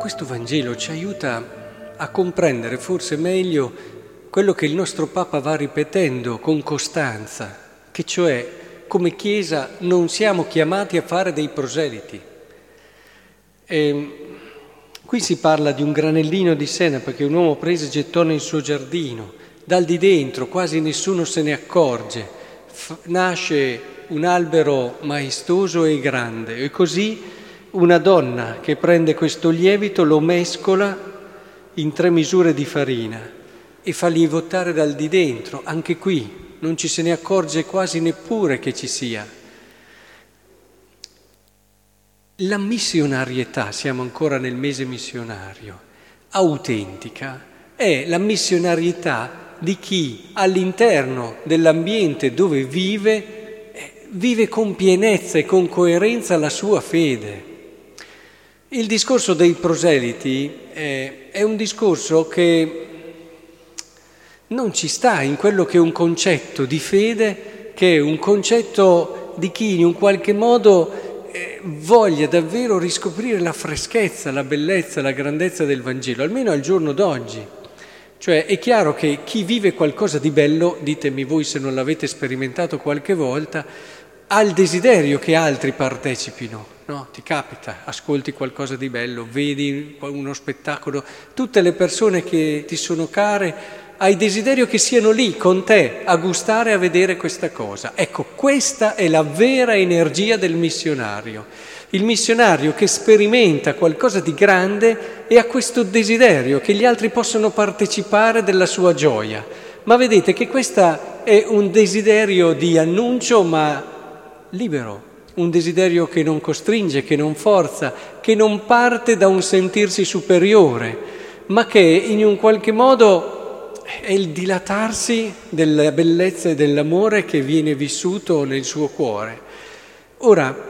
questo Vangelo ci aiuta a comprendere forse meglio quello che il nostro Papa va ripetendo con costanza, che cioè come Chiesa non siamo chiamati a fare dei proseliti. Qui si parla di un granellino di senape che un uomo prese e gettò nel suo giardino. Dal di dentro quasi nessuno se ne accorge, nasce un albero maestoso e grande, e così una donna che prende questo lievito lo mescola in 3 misure di farina e fa lievitare dal di dentro. Anche qui non ci se ne accorge quasi neppure che ci sia. La missionarietà, siamo ancora nel mese missionario, autentica, è la missionarietà di chi all'interno dell'ambiente dove vive con pienezza e con coerenza la sua fede. Il discorso dei proseliti è un discorso che non ci sta in quello che è un concetto di fede, che è un concetto di chi in un qualche modo voglia davvero riscoprire la freschezza, la bellezza, la grandezza del Vangelo, almeno al giorno d'oggi. Cioè è chiaro che chi vive qualcosa di bello, ditemi voi se non l'avete sperimentato qualche volta, ha il desiderio che altri partecipino. No, ti capita, ascolti qualcosa di bello, vedi uno spettacolo, tutte le persone che ti sono care, hai desiderio che siano lì con te a gustare, a vedere questa cosa. Ecco, questa è la vera energia del missionario. Il missionario che sperimenta qualcosa di grande e ha questo desiderio che gli altri possano partecipare della sua gioia. Ma vedete che questo è un desiderio di annuncio, ma libero. Un desiderio che non costringe, che non forza, che non parte da un sentirsi superiore, ma che in un qualche modo è il dilatarsi della bellezza e dell'amore che viene vissuto nel suo cuore. Ora,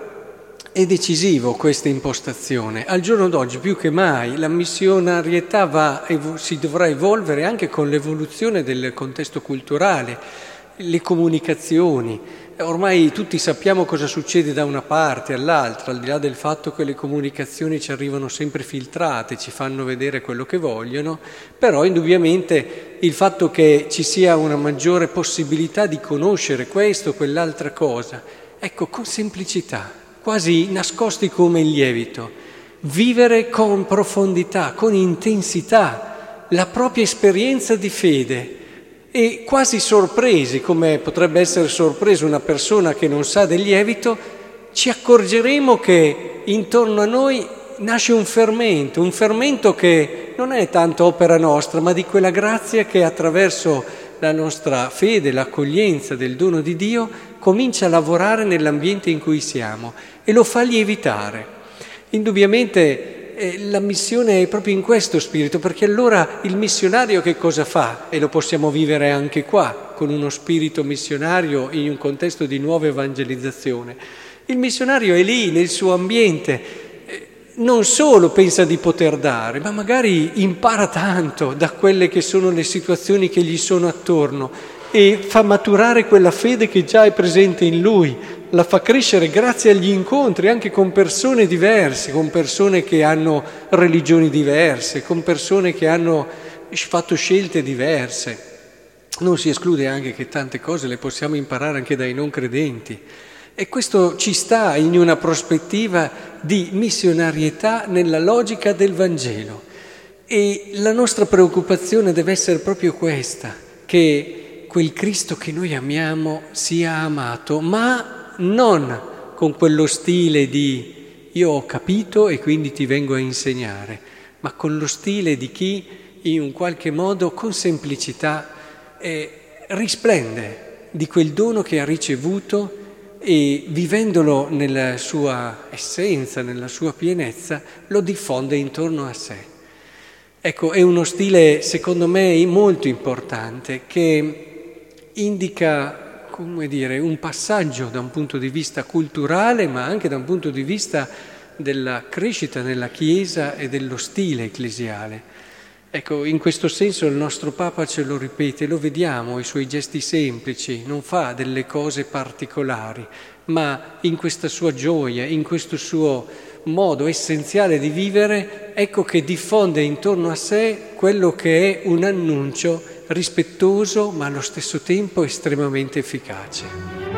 è decisivo questa impostazione. Al giorno d'oggi più che mai la missionarietà si dovrà evolvere anche con l'evoluzione del contesto culturale, le comunicazioni. Ormai tutti sappiamo cosa succede da una parte all'altra, al di là del fatto che le comunicazioni ci arrivano sempre filtrate, ci fanno vedere quello che vogliono, però indubbiamente il fatto che ci sia una maggiore possibilità di conoscere questo o quell'altra cosa, ecco, con semplicità, quasi nascosti come il lievito, vivere con profondità, con intensità la propria esperienza di fede. E quasi sorpresi, come potrebbe essere sorpresa una persona che non sa del lievito, ci accorgeremo che intorno a noi nasce un fermento che non è tanto opera nostra, ma di quella grazia che attraverso la nostra fede, l'accoglienza del dono di Dio, comincia a lavorare nell'ambiente in cui siamo e lo fa lievitare. Indubbiamente la missione è proprio in questo spirito, perché allora il missionario che cosa fa? E lo possiamo vivere anche qua, con uno spirito missionario in un contesto di nuova evangelizzazione. Il missionario è lì, nel suo ambiente, non solo pensa di poter dare, ma magari impara tanto da quelle che sono le situazioni che gli sono attorno e fa maturare quella fede che già è presente in lui, la fa crescere grazie agli incontri anche con persone diverse, con persone che hanno religioni diverse, con persone che hanno fatto scelte diverse. Non si esclude anche che tante cose le possiamo imparare anche dai non credenti. E questo ci sta in una prospettiva di missionarietà nella logica del Vangelo. E la nostra preoccupazione deve essere proprio questa, che quel Cristo che noi amiamo sia amato, ma non con quello stile di io ho capito e quindi ti vengo a insegnare, ma con lo stile di chi in un qualche modo con semplicità risplende di quel dono che ha ricevuto e vivendolo nella sua essenza, nella sua pienezza, lo diffonde intorno a sé. Ecco, è uno stile secondo me molto importante che indica, come dire, un passaggio da un punto di vista culturale, ma anche da un punto di vista della crescita nella Chiesa e dello stile ecclesiale. Ecco, in questo senso il nostro Papa ce lo ripete, lo vediamo, i suoi gesti semplici, non fa delle cose particolari, ma in questa sua gioia, in questo suo modo essenziale di vivere, ecco che diffonde intorno a sé quello che è un annuncio rispettoso ma allo stesso tempo estremamente efficace.